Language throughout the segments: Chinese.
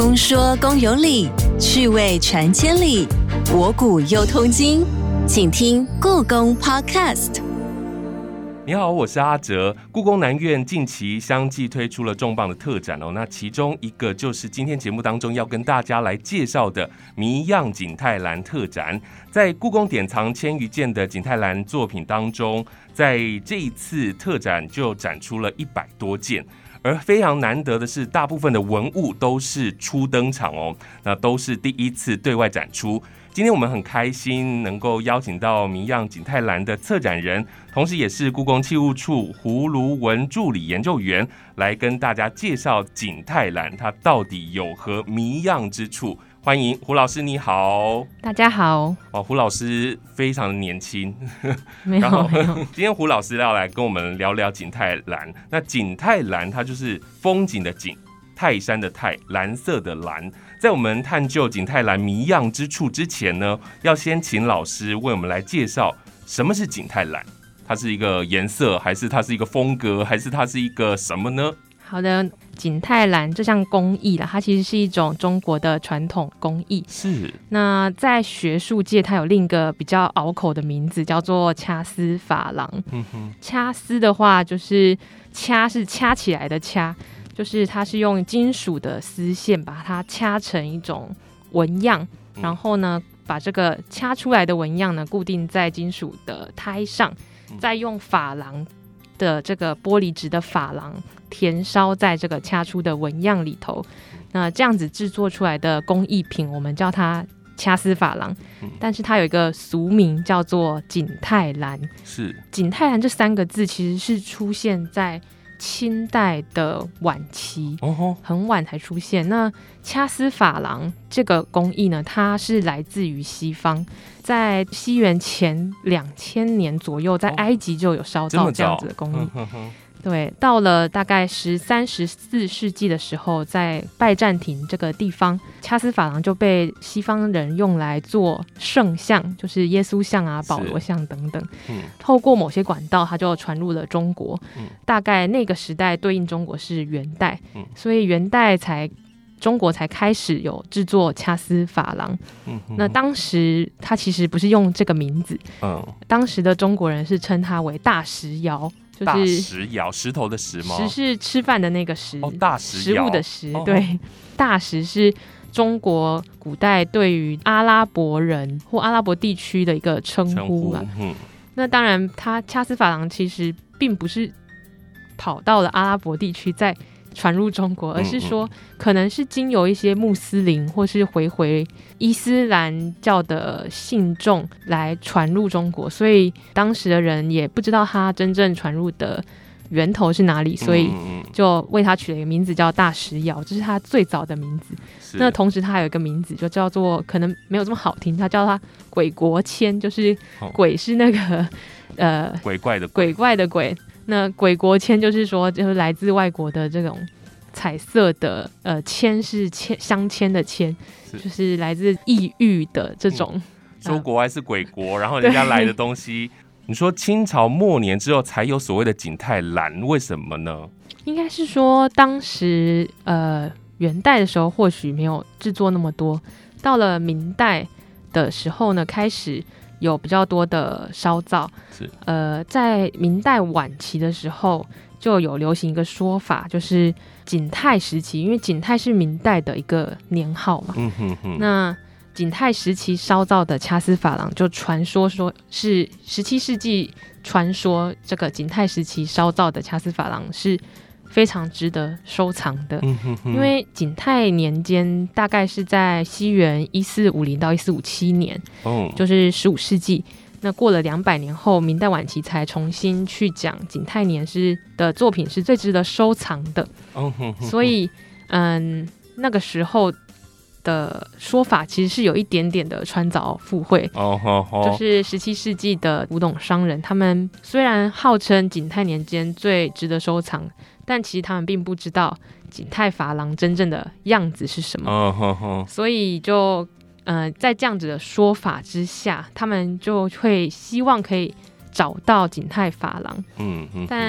公说公有理，趣味传千里，博古又通今。请听故宫 Podcast。 你好，我是阿哲。故宫南院近期相继推出了重磅的特展那其中一个就是今天节目当中要跟大家来介绍的谜样景泰蓝特展。在故宫典藏1000余件的景泰蓝作品当中，在这一次特展就展出了100多件。而非常难得的是，大部分的文物都是初登场那都是第一次对外展出。今天我们很开心能够邀请到谜样景泰蓝的策展人，同时也是故宫器物处胡卢文助理研究员，来跟大家介绍景泰蓝它到底有何谜样之处。欢迎胡老师，你好。 大家好。 胡老师非常的年轻， 没有。 今天胡老师要来跟我们聊聊景泰蓝。那景泰蓝它就是风景的景，泰山的泰，蓝色的蓝。在我们探究景泰蓝谜样之处之前呢，要先请老师为我们来介绍什么是景泰蓝。它是一个颜色，还是它是一个风格，还是它是一个什么呢？ 好的，景泰蓝这项工艺它其实是一种中国的传统工艺。 是。 那在学术界，它有另一个比较拗口的名字，叫做掐丝珐琅。掐丝的话，就是掐是掐起来的掐，就是它是用金属的丝线把它掐成一种纹样，然后呢，把这个掐出来的纹样呢固定在金属的胎上，再用珐琅的这个玻璃质的珐琅填烧在这个掐出的纹样里头。那这样子制作出来的工艺品，我们叫它掐丝珐琅，但是它有一个俗名叫做景泰蓝。 是。 景泰蓝这3个字其实是出现在清代的晚期，很晚才出现。那掐丝珐琅这个工艺呢，它是来自于西方，在西元前2000年左右，在埃及就有烧造这样子的工艺。对，到了大概13、14世纪的时候，在拜占庭这个地方，掐丝珐琅就被西方人用来做圣像，就是耶稣像啊、保罗像等等。透过某些管道，它就传入了中国。大概那个时代对应中国是元代，所以元代中国才开始有制作掐丝珐琅。那当时它其实不是用这个名字，当时的中国人是称它为大石窑。就是大石窑，石头的石吗？ 石是吃饭的那个石， 大石窑， 食物的食。对，大石是中国古代对于阿拉伯人或阿拉伯地区的一个称呼啦。那当然，它掐丝珐琅其实并不是跑到了阿拉伯地区再传入中国，而是说可能是经由一些穆斯林或是回伊斯兰教的信众来传入中国，所以当时的人也不知道它真正传入的源头是哪里，所以就为它取了一个名字叫大石窑，这是它最早的名字。那同时它还有一个名字就叫做，可能没有这么好听，它叫它鬼国签，就是鬼是那个鬼怪的鬼。那鬼国签就是说，就是来自外国的这种彩色的签是镶嵌的签，就是来自异域的这种。 说国外是鬼国，然后人家来的东西，你说清朝末年之后才有所谓的景泰蓝，为什么呢？ 应该是说当时元代的时候或许没有制作那么多，到了明代的时候呢，开始有比较多的烧造。在明代晚期的时候就有流行一个说法，就是景泰时期，因为景泰是明代的一个年号嘛。那景泰时期烧造的掐丝珐琅，就传说是17世纪传说这个景泰时期烧造的掐丝珐琅是非常值得收藏的。因为景泰年间大概是在西元1450到1457年，就是15世纪。那过了200年后，明代晚期才重新去讲景泰年的作品是最值得收藏的。所以那个时候的说法其实是有一点点的穿凿附会。就是17世纪的古董商人，他们虽然号称景泰年间最值得收藏，但其实他们并不知道景泰珐琅真正的样子是什么。所以就在这样子的说法之下，他们就会希望可以找到景泰珐琅。但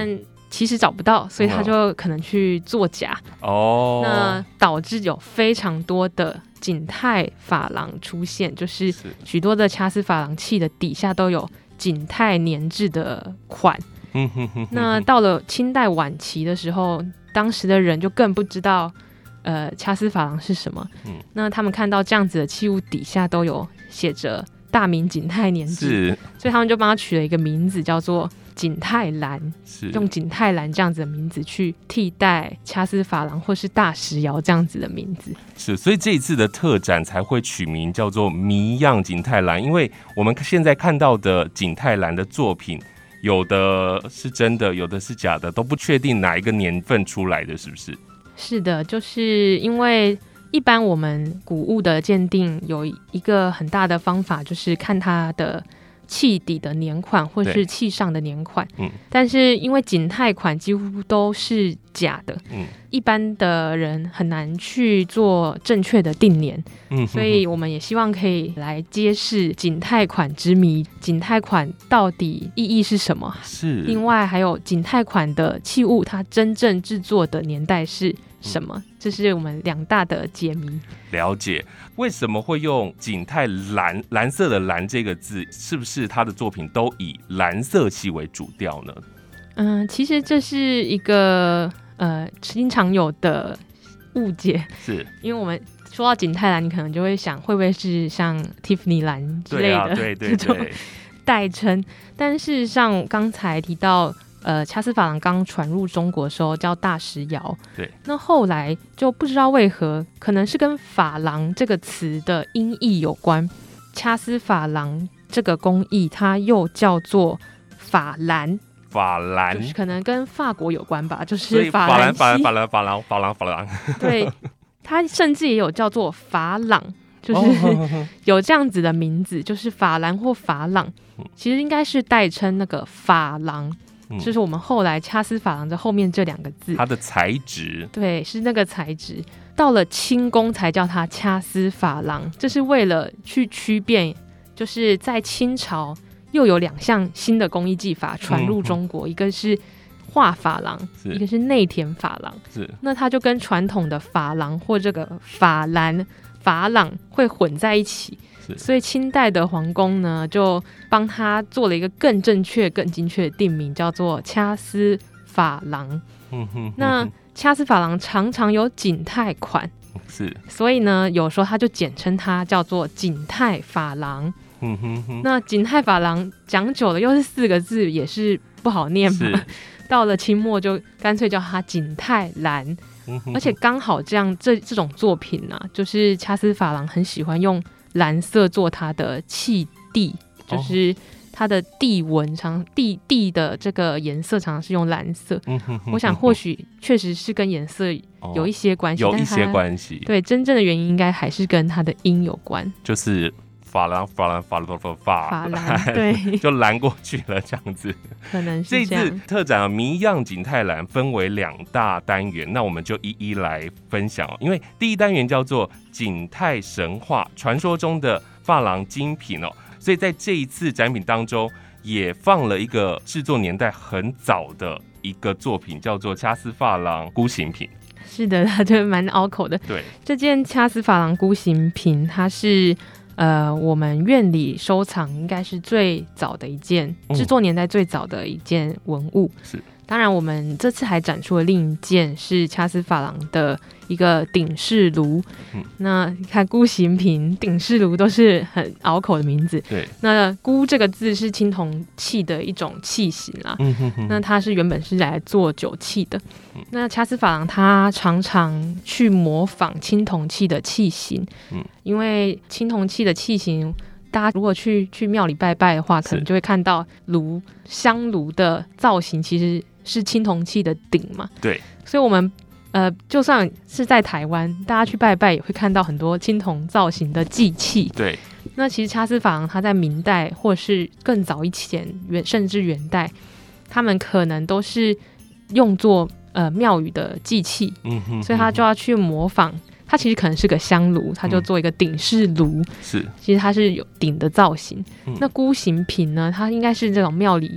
其实找不到，所以他就可能去作假哦。那导致有非常多的景泰珐琅出现，就是许多的掐丝珐琅器的底下都有景泰年制的款。那到了清代晚期的时候，当时的人就更不知道掐丝珐琅是什么。那他们看到这样子的器物底下都有写着大明景泰年制，所以他们就帮他取了一个名字叫做景泰蓝，用景泰蓝这样子的名字去替代掐丝珐琅或是大石窑这样子的名字。 是，所以这一次的特展才会取名叫做谜样景泰蓝，因为我们现在看到的景泰蓝的作品，有的是真的，有的是假的，都不确定哪一个年份出来的，是不是？是的，就是因为一般我们古物的鉴定有一个很大的方法，就是看它的器底的年款或是器上的年款。但是因为景泰款几乎都是假的，一般的人很难去做正确的定年，所以我们也希望可以来揭示景泰款之谜，景泰款到底意义是什么？是。另外还有景泰款的器物，它真正制作的年代是什么？这是我们两大的解谜。 了解，为什么会用景泰蓝，蓝色的蓝这个字，是不是他的作品都以蓝色系为主调呢？ 其实这是一个经常有的误解，是因为我们说到景泰蓝，你可能就会想会不会是像 Tiffany 蓝之类的这种代称，但事实上刚才提到掐丝珐琅刚传入中国的时候叫大石窑，对，那后来就不知道为何，可能是跟珐琅这个词的音译有关，掐丝珐琅这个工艺它又叫做珐琅，就是可能跟法国有关吧，就是珐琅，对，它甚至也有叫做珐琅，就是有这样子的名字，就是珐琅或珐琅，其实应该是代称那个珐琅。就是我们后来掐丝珐琅的后面这两个字，它的材质，对，是那个材质。到了清宫才叫它掐丝珐琅，这是为了去区辨，就是在清朝又有两项新的工艺技法传入中国，一个是画珐琅，一个是内填珐琅。那它就跟传统的珐琅或这个珐琅会混在一起。所以清代的皇宫呢，就帮他做了一个更正确、更精确的定名，叫做掐丝珐琅。那掐丝珐琅常常有景泰款，所以呢，有时候他就简称它叫做景泰珐琅。那景泰珐琅讲久了又是4个字，也是不好念嘛。到了清末就干脆叫它景泰蓝。而且刚好这种作品啊，就是掐丝珐琅很喜欢用蓝色做它的器地，就是它的地纹地的这个颜色常常是用蓝色。我想或许确实是跟颜色有一些关系，有一些关系。对，真正的原因应该还是跟它的音有关，就是珐琅，对，就蓝过去了，这样子。可能是这样。这次特展的谜样景泰蓝分为2大单元，那我们就一一来分享。因为第一单元叫做景泰神话，传说中的珐琅精品哦，所以在这一次展品当中也放了一个制作年代很早的一个作品，叫做掐丝珐琅孤形品。是的，它就蛮拗口的。对，这件掐丝珐琅孤形品，它是我们院里收藏应该是最早的一件，制作年代最早的一件文物。是，当然我们这次还展出了另一件是掐丝珐琅的一个鼎式炉。那看孤形品、鼎式炉都是很拗口的名字。对，那孤这个字是青铜器的一种器型啦。那它是原本是来做酒器的。那掐丝珐琅它常常去模仿青铜器的器型，因为青铜器的器型，大家如果去庙里拜拜的话，可能就会看到香炉的造型其实是青铜器的鼎嘛。对，所以我们就算是在台湾，大家去拜拜也会看到很多青铜造型的祭器。对，那其实掐丝珐琅它在明代或是更早以前，甚至元代，他们可能都是用作庙宇的祭器，所以他就要去模仿。它其实可能是个香炉，它就做一个鼎式炉，是，其实它是有鼎的造型。那孤形品呢，它应该是这种庙里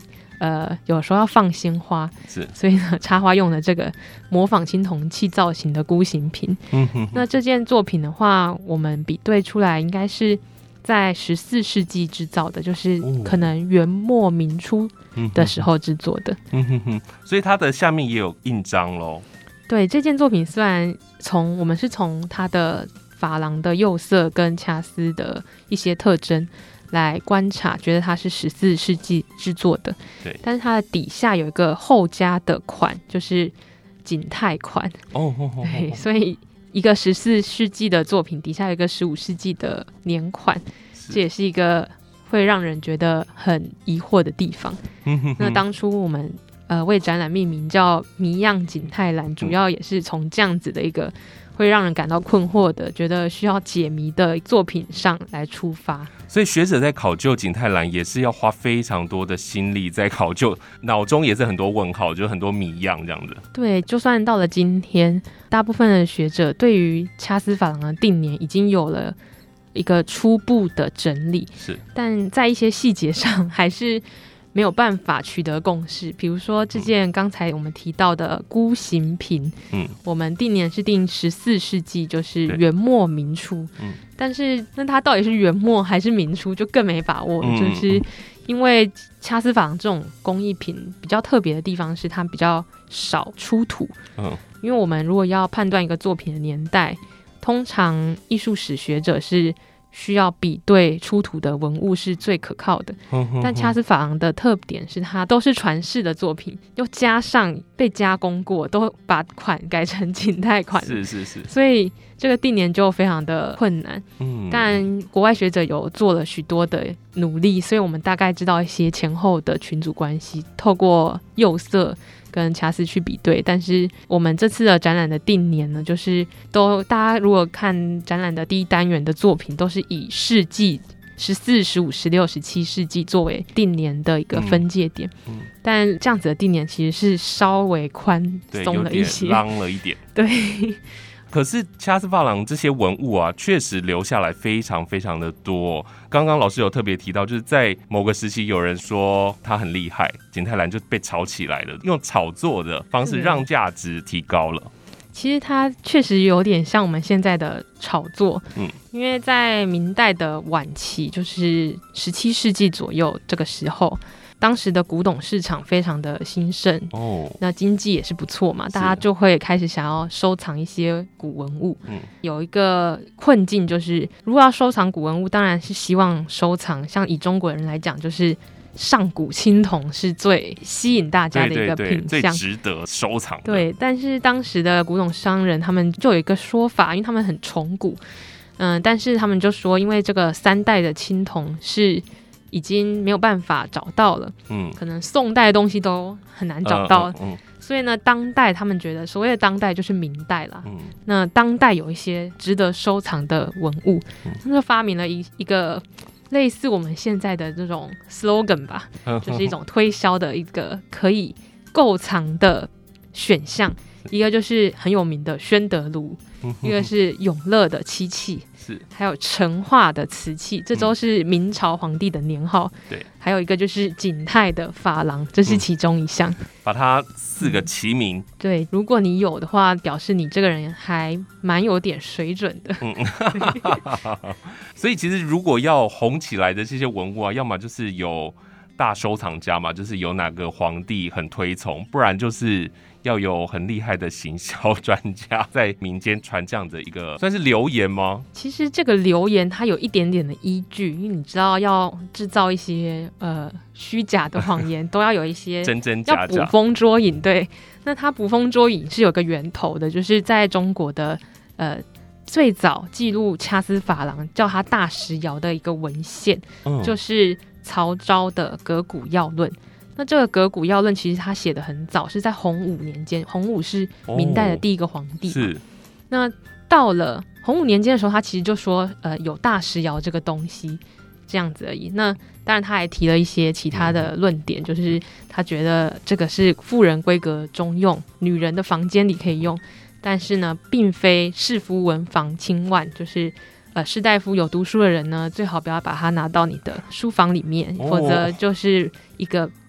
有时候要放鲜花， 是， 所以呢插花用的这个模仿青铜器造型的孤形瓶。那这件作品的话，我们比对出来应该是在14世纪制造的，就是可能元末明初的时候制作的。 所以它的下面也有印章咯。 对，这件作品虽然我们是从它的珐琅的釉色跟掐丝的一些特征来观察，觉得它是14世纪制作的， 对， 但是它的底下有一个后加的款，就是景泰款。对，所以一个14世纪的作品底下有一个15世纪的年款，这也是一个会让人觉得很疑惑的地方。那当初我们为展览命名叫谜样景泰蓝，主要也是从这样子的一个会让人感到困惑的，觉得需要解谜的作品上来出发。 所以学者在考究景泰蓝也是要花非常多的心力在考究，脑中也是很多问号，就很多谜样这样子。 对，就算到了今天，大部分的学者对于掐丝珐琅的定年已经有了一个初步的整理， 是， 但在一些细节上还是没有办法取得共识。比如说这件刚才我们提到的孤形瓶，我们定年是定14世纪，就是元末明初，但是那它到底是元末还是明初就更没把握。就是因为掐丝珐琅这种工艺品比较特别的地方是它比较少出土，因为我们如果要判断一个作品的年代，通常艺术史学者是需要比对出土的文物是最可靠的，但掐丝珐琅的特点是它都是传世的作品，又加上被加工过，都把款改成景泰款， 是， 所以这个定年就非常的困难。但国外学者有做了许多的努力，所以我们大概知道一些前后的群组关系，透过釉色跟掐丝去比对。但是我们这次的展览的定年呢，就是大家如果看展览的第一单元的作品，都是以世纪14、15、16、17世纪作为定年的一个分界点，但这样子的定年其实是稍微宽松了一些， 有点浪了一点。 对。 可是掐丝珐琅这些文物啊，确实留下来非常非常的多。刚刚老师有特别提到，就是在某个时期有人说他很厉害，景泰蓝就被炒起来了，用炒作的方式让价值提高了。 其实它确实有点像我们现在的炒作，因为在明代的晚期，就是17世纪左右这个时候，当时的古董市场非常的兴盛，那经济也是不错嘛，大家就会开始想要收藏一些古文物。有一个困境就是，如果要收藏古文物，当然是希望收藏，像以中国人来讲，就是上古青铜是最吸引大家的一个品相， 最值得收藏的。 对，但是当时的古董商人他们就有一个说法，因为他们很崇古，但是他们就说，因为这个3代的青铜是已经没有办法找到了，可能宋代的东西都很难找到，所以呢，当代他们觉得，所谓的当代就是明代啦，那当代有一些值得收藏的文物，他们就发明了一个类似我们现在的这种 slogan 吧，就是一种推销的一个可以购藏的选项。一个就是很有名的宣德炉，一个是永乐的漆器，还有成化的瓷器，这都是明朝皇帝的年号。对，还有一个就是景泰的珐琅，这是其中一项。 把它4个齐名。 对，如果你有的话，表示你这个人还蛮有点水准的。 所以其实如果要红起来的这些文物啊，要么就是有大收藏家嘛，就是有哪个皇帝很推崇，不然就是要有很厉害的行销专家在民间传这样的一个算是流言吗？ 其实这个流言它有一点点的依据，因为你知道要制造一些虚假的谎言都要有一些真真假假， 要捕风捉影。对，那它捕风捉影是有个源头的，就是在中国的最早记录掐丝珐琅叫它大石窑的一个文献，就是曹昭的《阁古要论》。那这个《阁古要论》其实他写的很早，是在洪武年间。洪武是明代的第一个皇帝，是。那到了洪武年间的时候，他其实就说，有大石窑这个东西，这样子而已。那当然，他还提了一些其他的论点，就是他觉得这个是妇人闺阁中用，女人的房间里可以用，但是呢，并非士夫文房清万，就是士大夫有读书的人呢，最好不要把它拿到你的书房里面，否则就是一个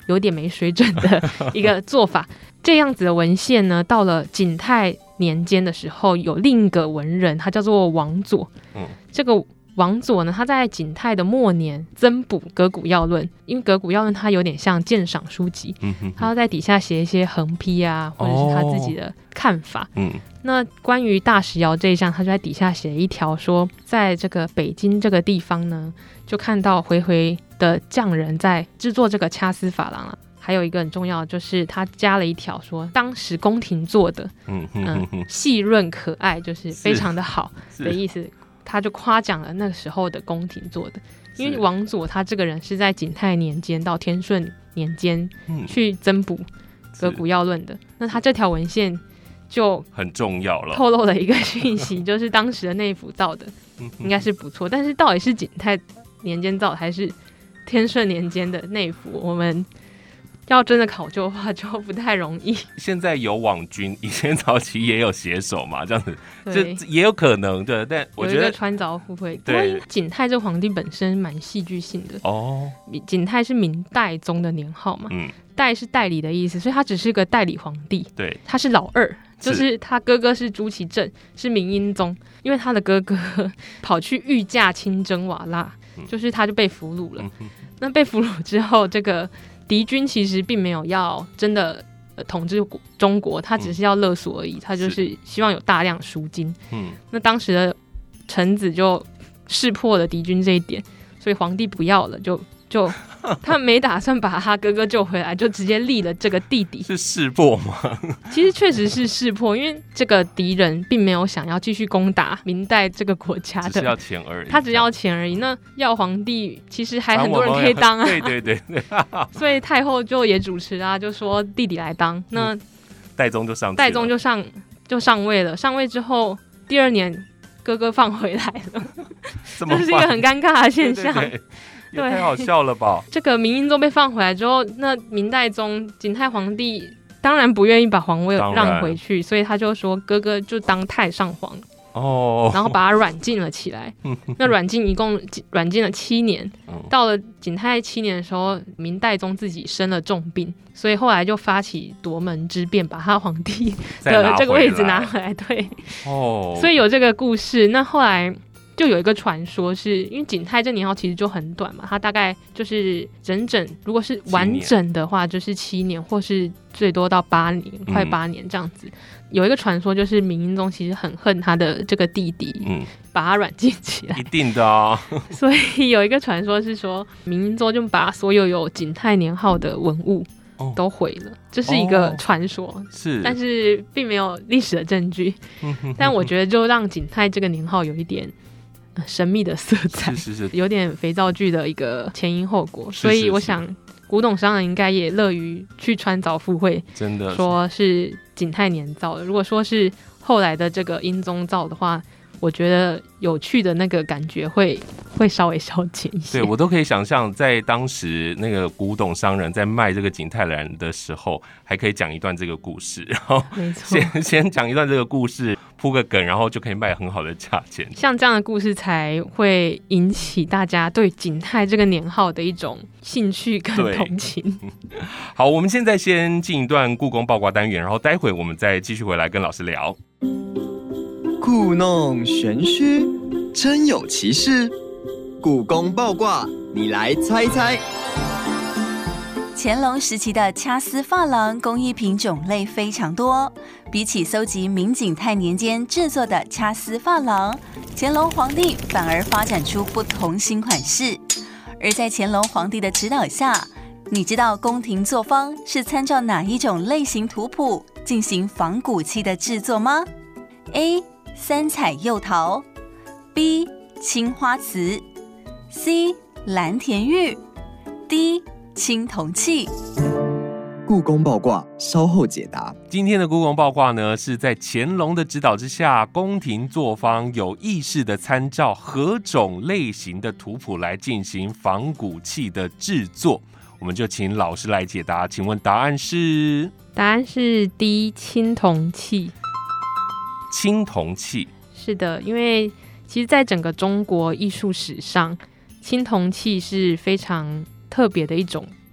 有点没水准的一个做法。这样子的文献呢，到了景泰年间的时候，有另一个文人，他叫做王佐。这个王佐呢，他在景泰的末年增补《阁古要论》，因为《阁古要论》它有点像鉴赏书籍，他在底下写一些横批啊，或者是他自己的看法。那关于大石窑这一项，他就在底下写了一条说，在这个北京这个地方呢，就看到回回的匠人在制作这个掐丝珐琅啊。还有一个很重要的就是他加了一条说，当时宫廷做的细润可爱，就是非常的好的意思。他就夸奖了那个时候的宫廷做的，因为王佐他这个人是在景泰年间到天顺年间去增补《阁古要论》的，那他这条文献就很重要了， 透露了一个讯息，就是当时的内府造的应该是不错，但是到底是景泰年间造的还是天顺年间的内府，我们要真的考究的话就不太容易。 现在有网军，以前早期也有写手嘛，这样子这也有可能的。但我觉得有一个穿凿附会。对，景泰这皇帝本身蛮戏剧性的哦。景泰是明代宗的年号嘛，代是代理的意思，所以他只是个代理皇帝。对，他是老二，就是他哥哥是朱祁镇，是明英宗，因为他的哥哥跑去御驾亲征瓦剌，就是他就被俘虏了。那被俘虏之后，这个敌军其实并没有要真的统治中国，他只是要勒索而已，他就是希望有大量赎金。那当时的臣子就识破了敌军这一点，所以皇帝不要了，就他没打算把他哥哥救回来，就直接立了这个弟弟。 是识破吗？ 其实确实是识破，因为这个敌人并没有想要继续攻打明代这个国家的， 只是要钱而已。 他只要钱而已。那要皇帝其实还很多人可以当啊。 对。 所以太后就也主持啊，就说弟弟来当。那代宗就上位了。上位之后，第2年哥哥放回来了，这是一个很尴尬的现象。 也太好笑了吧！ 这个明英宗被放回来之后，那明代宗景泰皇帝当然不愿意把皇位让回去，所以他就说哥哥就当太上皇然后把他软禁了起来。那一共软禁了7年。到了景泰7年的时候，明代宗自己生了重病，所以后来就发起夺门之变，把他皇帝的这个位置拿回来。对，所以有这个故事。那后来就有一个传说是，因为景泰这年号其实就很短嘛，它大概就是如果是完整的话就是7年，或是最多到8年，快8年这样子。有一个传说就是明英宗其实很恨他的这个弟弟，把他软禁起来。 一定的啊。 所以有一个传说是说，明英宗就把所有景泰年号的文物都毁了，这是一个传说，但是并没有历史的证据。但我觉得就让景泰这个年号有一点神秘的色彩，是有点肥皂剧的一个前因后果。所以我想古董商人应该也乐于去穿凿附会，真的说是景泰年造的。如果说是后来的这个英宗造的话，我觉得有趣的那个感觉会稍微消减一些。 对，我都可以想象，在当时那个古董商人在卖这个景泰蓝的时候，还可以讲一段这个故事，然后先讲一段这个故事，铺个梗，然后就可以卖很好的价钱。 像这样的故事才会引起大家对景泰这个年号的一种兴趣跟同情。 好，我们现在先进一段故宫八卦单元，然后待会我们再继续回来跟老师聊。 故弄玄虚，真有其事。故宫爆卦，你来猜猜。 乾隆时期的掐丝珐琅工艺品种类非常多，比起搜集明景泰年间制作的掐丝珐琅，乾隆皇帝反而发展出不同新款式。而在乾隆皇帝的指导下，你知道宫廷作坊是参照哪一种类型图谱进行仿古器的制作吗？ A. 三彩釉陶， B. 青花瓷， C. 蓝田玉， D. 青铜器。 故宫爆卦稍后解答。 今天的故宫爆卦呢，是在乾隆的指导之下，宫廷作坊有意识的参照何种类型的图谱来进行仿古器的制作。我们就请老师来解答，请问答案是？ 答案是 D. 青铜器。 青铜器， 是的，因为其实在整个中国艺术史上，青铜器是非常特别的一种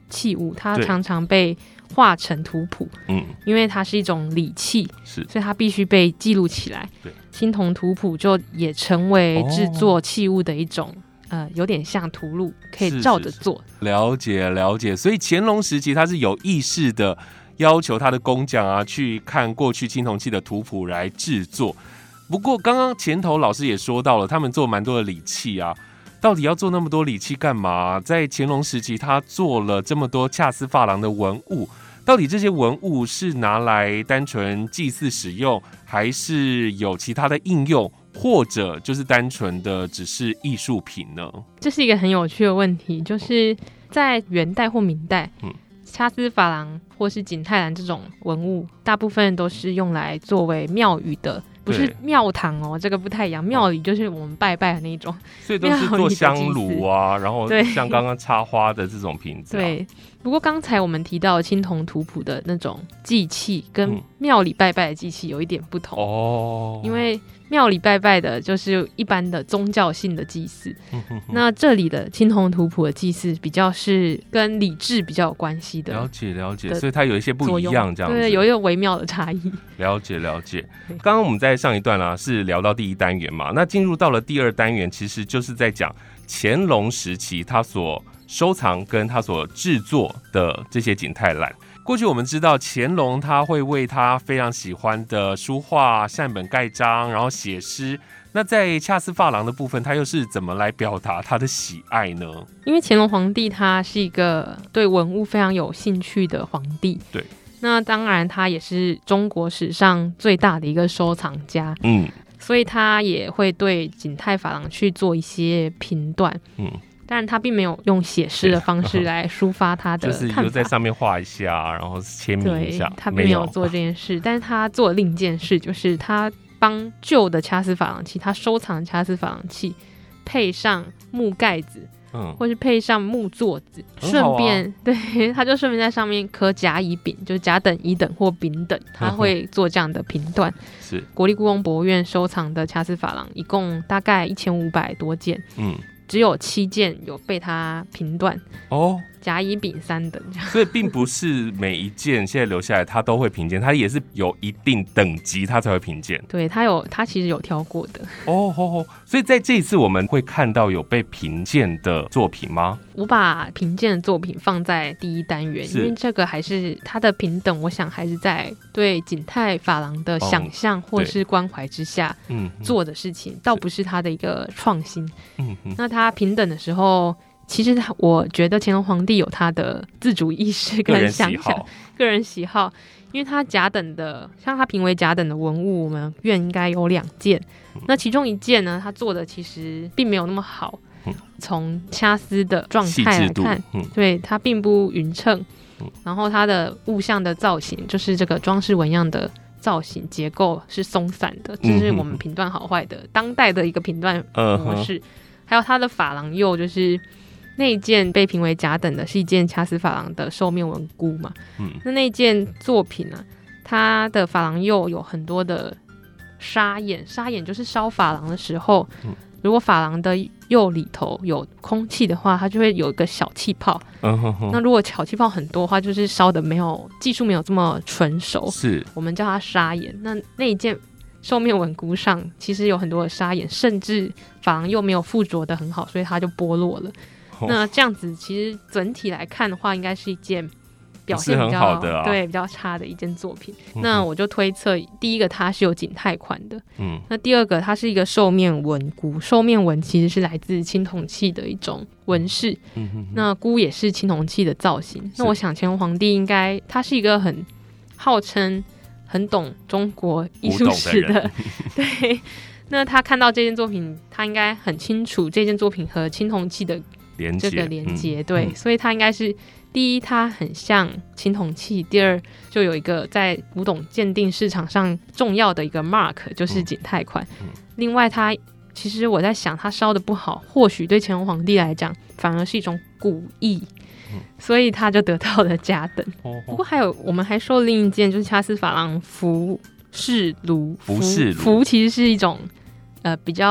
器物，它常常被画成图谱，因为它是一种礼器，所以它必须被记录起来。对，青铜图谱就也成为制作器物的一种，有点像图录，可以照着做。 了解。所以乾隆时期，它是有意识的要求他的工匠啊，去看过去青铜器的图谱来制作。不过刚刚前头老师也说到了，他们做蛮多的礼器啊。到底要做那么多礼器干嘛？在乾隆时期，他做了这么多恰丝珐琅的文物，到底这些文物是拿来单纯祭祀使用，还是有其他的应用，或者就是单纯的只是艺术品呢？ 这是一个很有趣的问题，就是在元代或明代，恰丝珐琅或是景泰蓝这种文物，大部分都是用来作为庙宇的。不是庙堂哦，这个不太一样。庙里就是我们拜拜的那种， 所以都是做香炉啊，然后像刚刚插花的这种瓶子。 对，不过刚才我们提到的青铜图谱的那种祭器，跟庙里拜拜的祭器有一点不同哦。因为庙里拜拜的就是一般的宗教性的祭祀，那这里的青铜图谱的祭祀比较是跟礼制比较有关系的。 了解，所以它有一些不一样，这样子。 对，有一个微妙的差异。 了解。刚刚我们在上一段是聊到第一单元嘛，那进入到了第二单元，其实就是在讲乾隆时期他所收藏跟他所制作的这些景泰蓝。过去我们知道乾隆他会为他非常喜欢的书画善本盖章，然后写诗。那在恰丝珐琅的部分，他又是怎么来表达他的喜爱呢？ 因为乾隆皇帝他是一个对文物非常有兴趣的皇帝， 对。 那当然他也是中国史上最大的一个收藏家，所以他也会对景泰珐琅去做一些评断，当然他并没有用写诗的方式来抒发他的看法， 就是又在上面画一下，然后签名一下。 对，他并没有做这件事，但是他做了另一件事，就是他帮旧的恰丝珐琅器，他收藏的恰丝珐琅器配上木盖子，或是配上木座子，顺便对，他就顺便在上面刻甲乙丙，就是甲等、乙等或丙等，他会做这样的评断。 是国立故宫博物院收藏的恰丝珐琅，一共大概1500多件，只有7件有被他评断哦，甲乙丙3等， 所以并不是每一件现在留下来他都会评鉴，他也是有一定等级他才会评鉴。 对，他其实有挑过的哦，所以在这一次我们会看到有被评鉴的作品吗？ 我把评鉴的作品放在第一单元，因为这个还是他的平等，我想还是在对景泰珐琅的想象或是关怀之下做的事情，倒不是他的一个创新。那他平等的时候，其实我觉得乾隆皇帝有他的自主意识跟想象，个人喜好，因为他甲等的，像他评为甲等的文物，我们院应该有2件，那其中1件呢，他做的其实并没有那么好，从掐丝的状态来看，对，它并不匀称，然后它的物象的造型，就是这个装饰纹样的造型结构是松散的，这是我们评断好坏的当代的一个评断模式。还有它的珐琅釉，就是那一件被评为甲等的是一件恰丝珐琅的兽面纹箍嘛，那一件作品呢，它的珐琅釉有很多的沙眼，沙眼就是烧珐琅的时候，如果珐琅的釉里头有空气的话，它就会有一个小气泡。那如果小气泡很多的话，就是烧的技术没有这么纯熟，是我们叫它沙眼。那一件兽面纹箍上其实有很多的沙眼，甚至珐琅釉没有附着的很好，所以它就剥落了。那这样子其实整体来看的话，应该是一件表现比较好的对比较差的一件作品。那我就推测，第一个它是有景泰款的，那第二个它是一个兽面纹箍，兽面纹其实是来自青铜器的一种纹饰，那箍也是青铜器的造型。那我想乾隆皇帝应该他是一个很号称很懂中国艺术史的对，那他看到这件作品，他应该很清楚这件作品和青铜器的这个连接，对，所以他应该是第一，它很像青铜器；第二，就有一个在古董鉴定市场上重要的一个 mark， 就是景泰款。另外，它其实我在想，它烧的不好，或许对乾隆皇帝来讲，反而是一种古意。所以他就得到了甲等。不过我们还说另一件，就是恰丝珐琅服饰炉。服其实是一种比较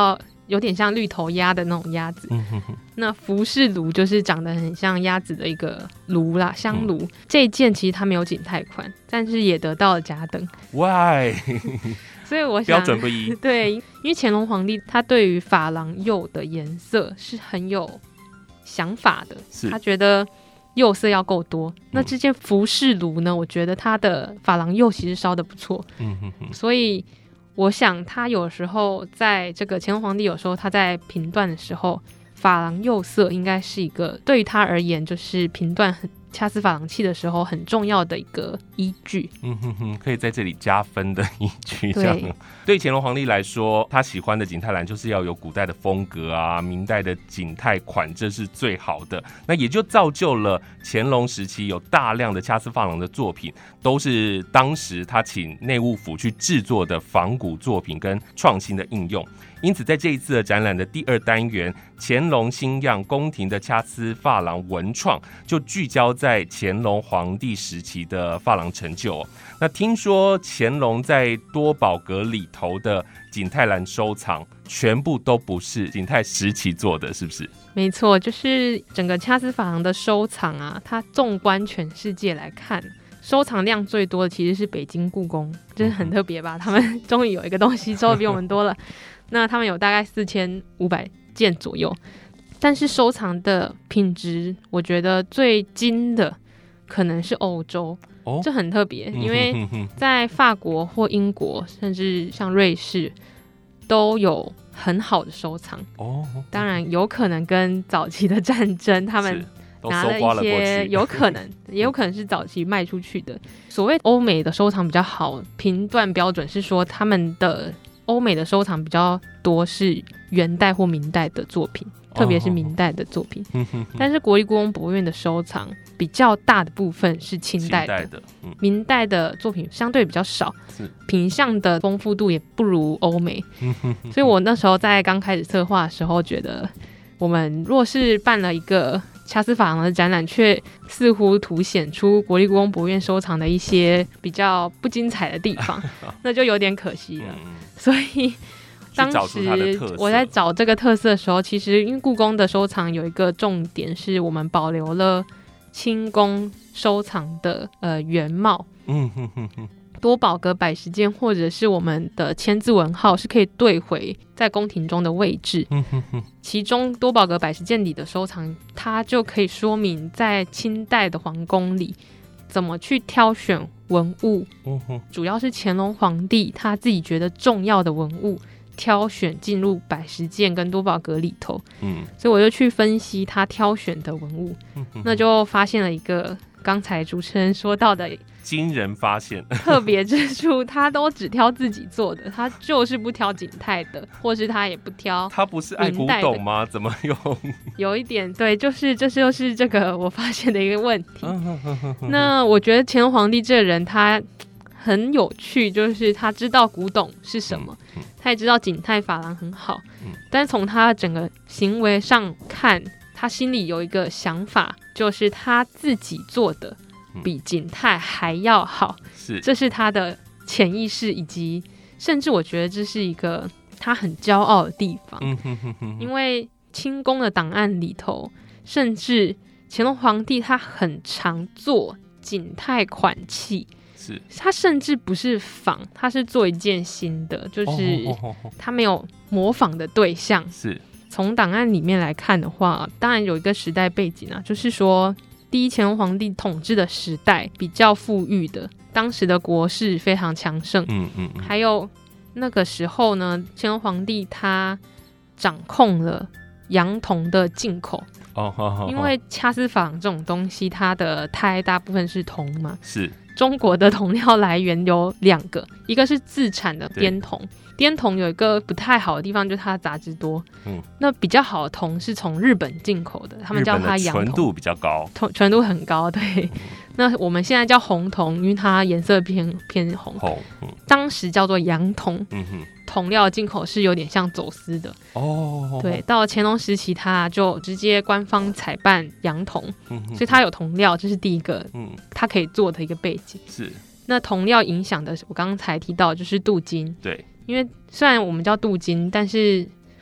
有点像绿头鸭的那种鸭子。那服饰炉就是长得很像鸭子的一个炉啦，香炉。这一件其实它没有景泰款，但是也得到了甲等。 Why？ 所以我想标准不一。 对，因为乾隆皇帝他对于珐琅釉的颜色是很有想法的，他觉得釉色要够多。那这件服饰炉呢，我觉得它的珐琅釉其实烧得不错。所以我想他有时候在这个乾隆皇帝有时候他在评断的时候，珐琅釉色应该是一个对于他而言就是评断掐丝珐琅器的时候很重要的一个依据。 可以在这里加分的依据。这样对乾隆皇帝来说，他喜欢的景泰蓝就是要有古代的风格啊，明代的景泰款，这是最好的。那也就造就了乾隆时期有大量的掐丝珐琅的作品，都是当时他请内务府去制作的仿古作品跟创新的应用。因此在这一次的展览的第2单元乾隆新样宫廷的掐丝珐琅文创，就聚焦在乾隆皇帝时期的珐琅成就。那听说乾隆在多宝阁里头的景泰蓝收藏全部都不是景泰时期做的，是不是？ 没错，就是整个掐丝珐琅的收藏啊，它纵观全世界来看，收藏量最多的其实是北京故宫，真的很特别吧？他们终于有一个东西收的比我们多了。那他们有大概4500件左右，但是收藏的品质，我觉得最精的可能是欧洲。这很特别，因为在法国或英国，甚至像瑞士，都有很好的收藏。当然有可能跟早期的战争，他们拿了一些，有可能也有可能是早期卖出去的。所谓欧美的收藏比较好，评断标准是说他们的欧美的收藏比较多是元代或明代的作品，特别是明代的作品。但是国立故宫博物院的收藏比较大的部分是清代的，明代的作品相对比较少，品相的丰富度也不如欧美。所以我那时候在刚开始策划的时候，觉得我们若是办了一个掐丝珐琅的展览，却似乎凸显出国立故宫博物院收藏的一些比较不精彩的地方，那就有点可惜了。所以当时我在找这个特色的时候，其实因为故宫的收藏有一个重点是我们保留了清宫收藏的原貌。多宝阁百十件或者是我们的千字文号是可以对回在宫廷中的位置。其中多宝阁百十件里的收藏，它就可以说明在清代的皇宫里怎么去挑选文物。主要是乾隆皇帝他自己觉得重要的文物挑选进入百十件跟多宝阁里头。所以我就去分析他挑选的文物，那就发现了一个刚才主持人说到的惊人发现特别之处，他都只挑自己做的，他就是不挑景泰的，或是他也不挑。 他不是爱古董吗？怎么有一点对，这就是这个我发现的一个问题。那我觉得乾隆皇帝这个人他很有趣，就是他知道古董是什么，他也知道景泰珐琅很好，但是从他整个行为上看，他心里有一个想法，就是他自己做的比景泰还要好，这是他的潜意识，以及甚至我觉得这是一个他很骄傲的地方。因为清宫的档案里头，甚至乾隆皇帝他很常做景泰款器，他甚至不是仿，他是做一件新的，就是他没有模仿的对象。从档案里面来看的话，当然有一个时代背景啊，就是说第一乾隆皇帝统治的时代比较富裕的，当时的国势非常强盛。还有那个时候呢，乾隆皇帝他掌控了洋铜的进口。因为掐丝珐琅这种东西，它的胎大部分是铜嘛，中国的铜料来源有2个，一个是自产的滇铜。滇铜有一个不太好的地方，就是它的杂质多。那比较好的铜是从日本进口的，他们叫它洋铜， 纯度比较高， 纯度很高。对，那我们现在叫红铜，因为它颜色偏红。当时叫做洋铜。铜料进口是有点像走私的。对，到了乾隆时期，他就直接官方采办洋铜，所以它有铜料，这是第一个它可以做的一个背景。那铜料影响的，我刚才提到就是镀金。对，因为虽然我们叫镀金，但是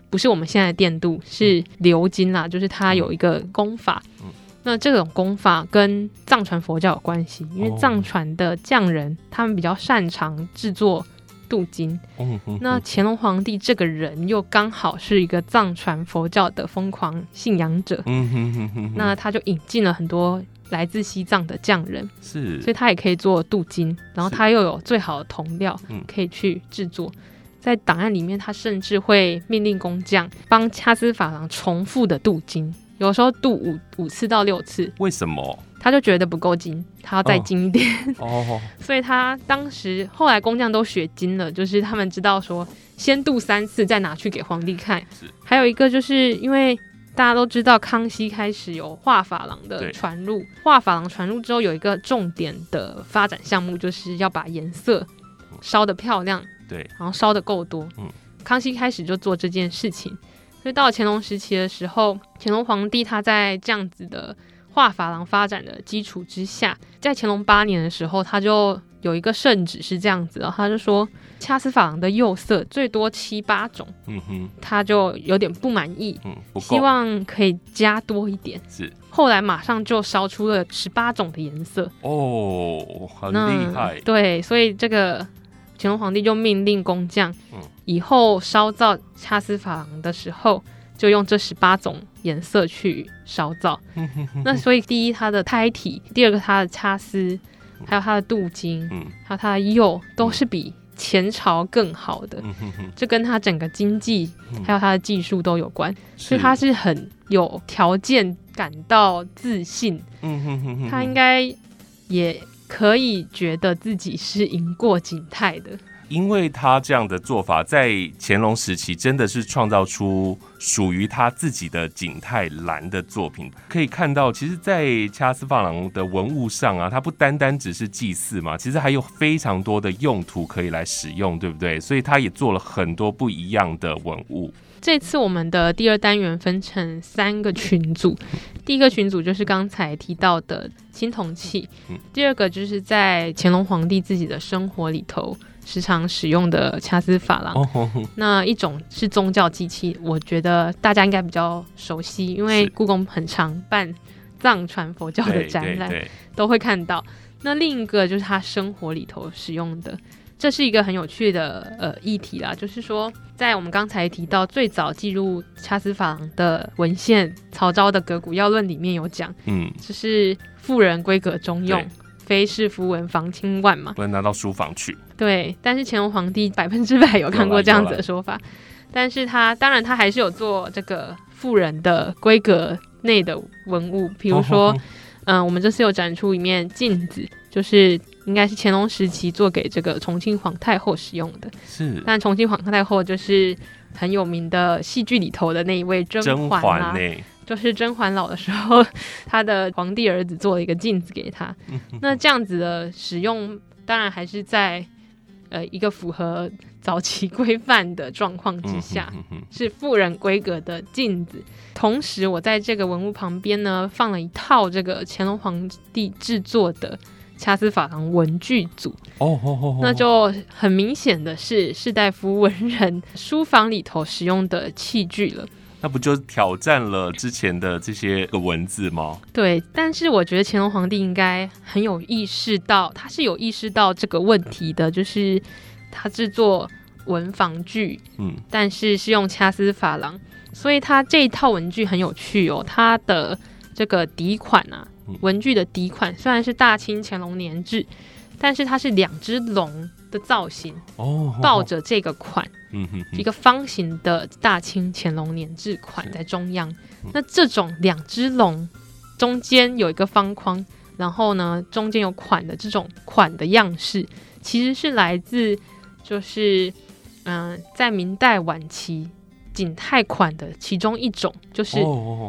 不是我们现在的电镀，是鎏金啦，就是它有一个工法。那这种工法跟藏传佛教有关系，因为藏传的匠人他们比较擅长制作镀金。那乾隆皇帝这个人又刚好是一个藏传佛教的疯狂信仰者，那他就引进了很多来自西藏的匠人， 是， 所以他也可以做镀金，然后他又有最好的铜料可以去制作。在档案里面，他甚至会命令工匠帮掐丝珐琅重复的镀金，有时候镀5次到6次。 为什么？ 他就觉得不够金，他要再金一点。所以他当时后来工匠都学精了，就是他们知道说先镀3次再拿去给皇帝看。还有一个就是因为大家都知道康熙开始有画珐琅的传入，画珐琅传入之后有一个重点的发展项目，就是要把颜色烧得漂亮，对，然后烧得够多。康熙开始就做这件事情，所以到了乾隆时期的时候，乾隆皇帝他在这样子的画珐琅发展的基础之下，在乾隆8年的时候，他就有一个圣旨是这样子的，他就说掐丝珐琅的釉色最多7、8种，他就有点不满意，希望可以加多一点。是，后来马上就烧出了18种的颜色， 很厉害。 对，所以这个乾隆皇帝就命令工匠，以后烧造掐丝珐琅的时候，就用这18种颜色去烧造。那所以第一，它的胎体；第二个，它的掐丝，还有它的镀金，还有它的釉，都是比前朝更好的。这跟它整个经济还有它的技术都有关，所以它是很有条件感到自信。他应该也可以觉得自己是赢过景泰的。 因为他这样的做法在乾隆时期真的是创造出属于他自己的景泰蓝的作品。可以看到其实在掐丝珐琅的文物上啊，它不单单只是祭祀嘛，其实还有非常多的用途可以来使用，对不对？所以他也做了很多不一样的文物。 这次我们的第2单元分成3个群组，第一个群组就是刚才提到的青铜器，第二个就是在乾隆皇帝自己的生活里头时常使用的掐丝珐琅。那一种是宗教祭器，我觉得大家应该比较熟悉，因为故宫很常办藏传佛教的展览，都会看到。那另一个就是他生活里头使用的，这是一个很有趣的议题啦，就是说在我们刚才提到最早记录掐丝珐琅的文献，曹昭的《阁古要论》里面有讲，就是妇人闺阁中用，非是夫文房清万嘛， 不能拿到书房去。对， 但是乾隆皇帝100%有看过这样子的说法，但是他当然他还是有做这个妇人的闺阁内的文物，比如说我们这次有展出一面镜子，就是应该是乾隆时期做给这个重庆皇太后使用的。是，但重庆皇太后就是很有名的戏剧里头的那一位甄嬛啦，就是甄嬛老的时候，他的皇帝儿子做了一个镜子给他。那这样子的使用，当然还是在一个符合早期规范的状况之下，是妇人规格的镜子。同时我在这个文物旁边呢放了一套这个乾隆皇帝制作的掐丝珐琅文具组。那就很明显的是士大夫文人书房里头使用的器具了。 那不就挑战了之前的这些个文字吗？ 对，但是我觉得乾隆皇帝应该很有意识到，他是有意识到这个问题的，就是他制作文房具，但是是用掐丝珐琅，所以他这一套文具很有趣哦。他的这个底款啊，文具的底款虽然是大清乾隆年制，但是它是2只龙的造型，抱着这个款。一个方形的大清乾隆年制款在中央，那这种2只龙中间有一个方框，然后呢中间有款的这种款的样式，其实是来自就是在明代晚期景泰款的其中一种，就是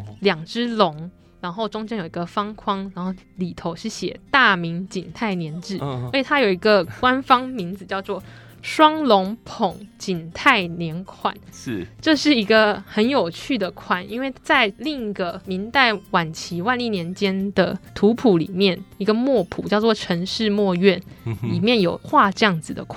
2只龙，然后中间有一个方框，然后里头是写大明景泰年制，而且它有一个官方名字叫做双龙捧景泰年款。这是一个很有趣的款，因为在另一个明代晚期万历年间的图谱里面，一个墨谱叫做陈氏墨院，里面有画这样子的款，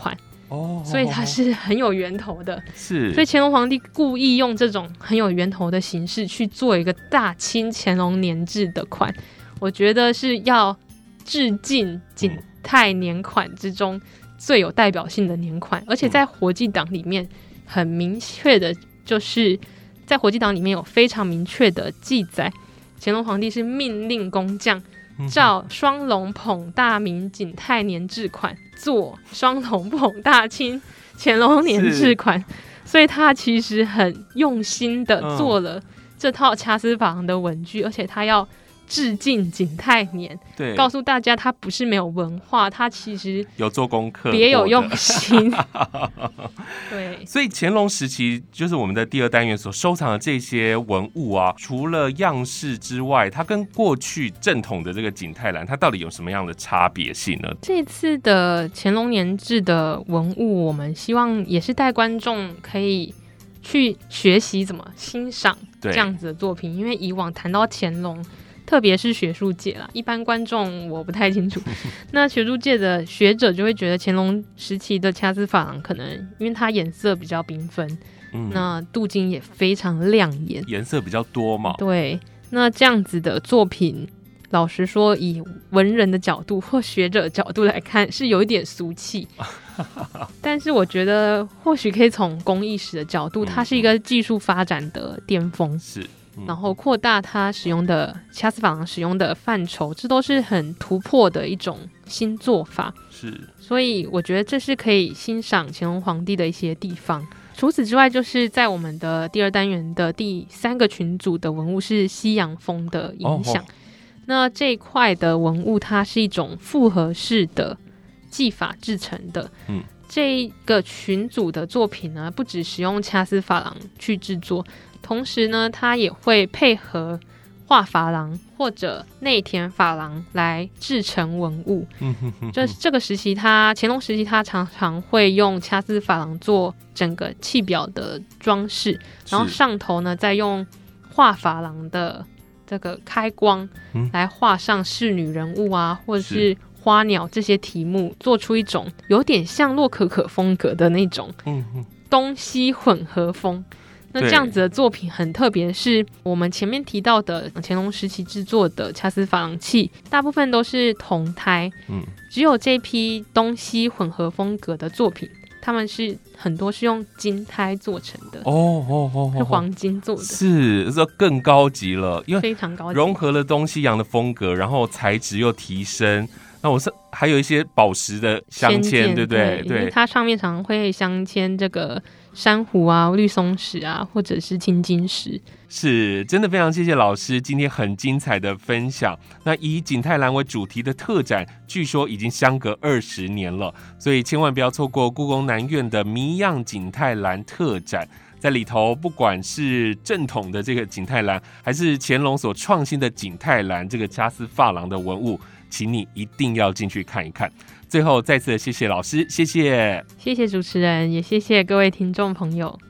所以它是很有源头的。 是， 所以乾隆皇帝故意用这种很有源头的形式去做一个大清乾隆年制的款，我觉得是要致敬景泰年款之中最有代表性的年款，而且在活纪档里面很明确的，就是在活纪档里面有非常明确的记载，乾隆皇帝是命令工匠照双龙捧大明景泰年制款做双龙捧大清乾隆年制款，所以他其实很用心的做了这套掐丝珐琅的文具，而且他要致敬景泰年， 对， 告诉大家他不是没有文化，他其实有做功课， 别有用心。对， 所以乾隆时期就是我们的第二单元所收藏的这些文物啊，除了样式之外，它跟过去正统的这个景泰蓝，它到底有什么样的差别性呢？ 这次的乾隆年制的文物，我们希望也是带观众可以去学习怎么欣赏这样子的作品，因为以往谈到乾隆，特别是学术界啦，一般观众我不太清楚。那学术界的学者就会觉得乾隆时期的掐丝珐琅可能因为它颜色比较缤纷，那镀金也非常亮眼， 颜色比较多嘛。 对，那这样子的作品，老实说，以文人的角度或学者的角度来看，是有一点俗气。但是我觉得，或许可以从工艺史的角度，它是一个技术发展的巅峰。 是。 然后扩大它使用的掐丝珐琅使用的范畴，这都是很突破的一种新做法。 是， 所以我觉得这是可以欣赏乾隆皇帝的一些地方。除此之外，就是在我们的第二单元的第3个群组的文物是西洋风的影响。那这一块的文物，它是一种复合式的技法制成的。这个群组的作品呢，不只使用掐丝珐琅去制作，同时呢，它也会配合画珐琅或者内填珐琅来制成文物。这个时期乾隆时期，它常常会用掐丝珐琅做整个器表的装饰，然后上头呢再用画珐琅的这个开光来画上仕女人物啊，或者是花鸟这些题目，做出一种有点像洛可可风格的那种东西混合风。那这样子的作品很特别，是我们前面提到的乾隆时期制作的掐丝珐琅器，大部分都是铜胎，只有这批东西混合风格的作品，他们是很多是用金胎做成的，是黄金做的， 是这更高级了，因为非常高级， 融合了东西洋的风格，然后材质又提升。那我是还有一些宝石的镶嵌，对不对？ 对，它上面常会镶嵌这个珊瑚啊、绿松石啊，或者是青金石。 是，真的非常谢谢老师今天很精彩的分享。那以景泰蓝为主题的特展，据说已经相隔20年了，所以千万不要错过故宫南院的谜样景泰蓝特展。在里头，不管是正统的这个景泰蓝，还是乾隆所创新的景泰蓝这个掐丝珐琅的文物，请你一定要进去看一看。最后再次谢谢老师，谢谢主持人，也谢谢各位听众朋友。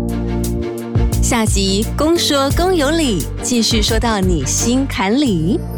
下集公说公有理，继续说到你心坎里。